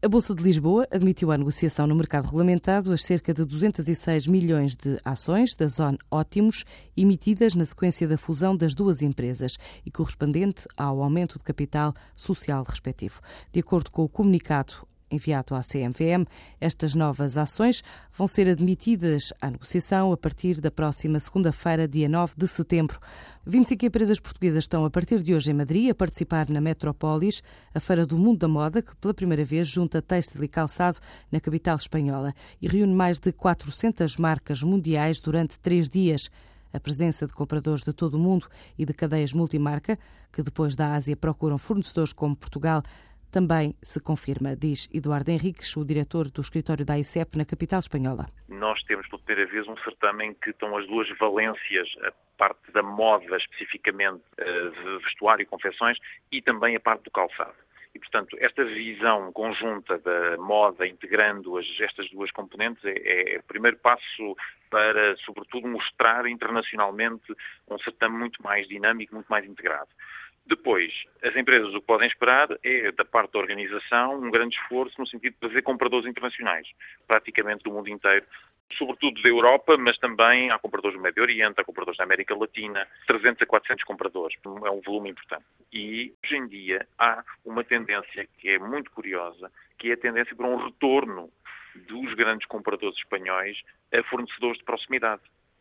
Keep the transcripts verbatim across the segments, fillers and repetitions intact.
A Bolsa de Lisboa admitiu à negociação no mercado regulamentado as cerca de duzentos e seis milhões de ações da Zone Ótimos emitidas na sequência da fusão das duas empresas e correspondente ao aumento de capital social respectivo. De acordo com o comunicado enviado à C M V M, estas novas ações vão ser admitidas à negociação a partir da próxima segunda-feira, dia nove de setembro. vinte e cinco empresas portuguesas estão a partir de hoje em Madrid a participar na Metrópolis, a Feira do Mundo da Moda, que pela primeira vez junta têxtil e calçado na capital espanhola e reúne mais de quatrocentas marcas mundiais durante três dias. A presença de compradores de todo o mundo e de cadeias multimarca, que depois da Ásia procuram fornecedores como Portugal, também se confirma, diz Eduardo Henriques, o diretor do escritório da AICEP na capital espanhola. Nós temos pela primeira vez um certame em que estão as duas valências, a parte da moda especificamente, de vestuário e confecções, e também a parte do calçado. E, portanto, esta visão conjunta da moda, integrando as, estas duas componentes, é, é o primeiro passo para, sobretudo, mostrar internacionalmente um certame muito mais dinâmico, muito mais integrado. Depois, as empresas o que podem esperar é, da parte da organização, um grande esforço no sentido de trazer compradores internacionais, praticamente do mundo inteiro, sobretudo da Europa, mas também há compradores do Médio Oriente, há compradores da América Latina, trezentos a quatrocentos compradores, é um volume importante. E, hoje em dia, há uma tendência que é muito curiosa, que é a tendência para um retorno dos grandes compradores espanhóis a fornecedores de proximidade.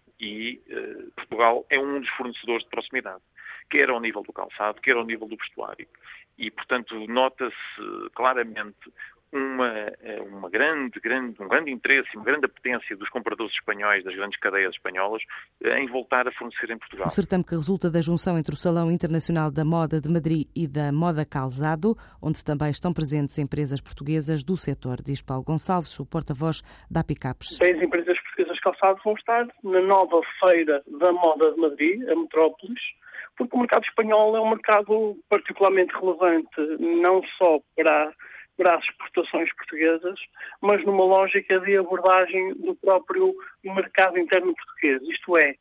E eh, Portugal é um dos fornecedores de proximidade, quer ao nível do calçado, quer ao nível do vestuário. E, portanto, nota-se claramente uma, uma grande, grande, um grande interesse, uma grande apetência dos compradores espanhóis, das grandes cadeias espanholas, em voltar a fornecer em Portugal. O certame que resulta da junção entre o Salão Internacional da Moda de Madrid e da Moda Calzado, onde também estão presentes empresas portuguesas do setor, diz Paulo Gonçalves, o porta-voz da Apicapes. As empresas portuguesas de calçado vão estar na nova Feira da Moda de Madrid, a Metrópolis, porque o mercado espanhol é um mercado particularmente relevante, não só para, para as exportações portuguesas, mas numa lógica de abordagem do próprio mercado interno português. Isto é,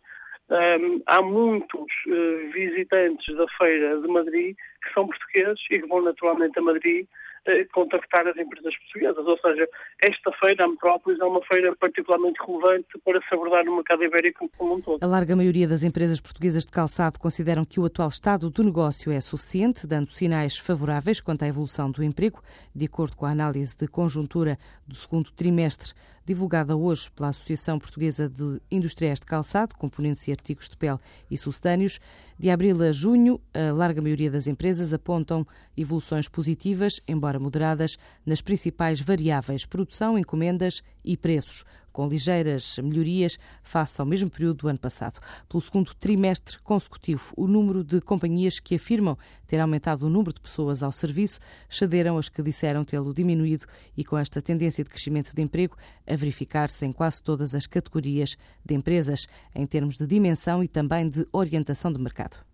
um, há muitos uh, visitantes da Feira de Madrid que são portugueses e que vão naturalmente a Madrid contactar as empresas portuguesas, ou seja, esta feira, a Metrópolis, é uma feira particularmente relevante para se abordar no mercado ibérico como um todo. A larga maioria das empresas portuguesas de calçado consideram que o atual estado do negócio é suficiente, dando sinais favoráveis quanto à evolução do emprego, de acordo com a análise de conjuntura do segundo trimestre, divulgada hoje pela Associação Portuguesa de Industriais de Calçado, Componentes e Artigos de Pele e Sucedâneos. De abril a junho, a larga maioria das empresas apontam evoluções positivas, embora moderadas, nas principais variáveis: produção, encomendas e preços, com ligeiras melhorias face ao mesmo período do ano passado. Pelo segundo trimestre consecutivo, o número de companhias que afirmam ter aumentado o número de pessoas ao serviço cederam as que disseram tê-lo diminuído, e com esta tendência de crescimento de emprego a verificar-se em quase todas as categorias de empresas, em termos de dimensão e também de orientação de mercado.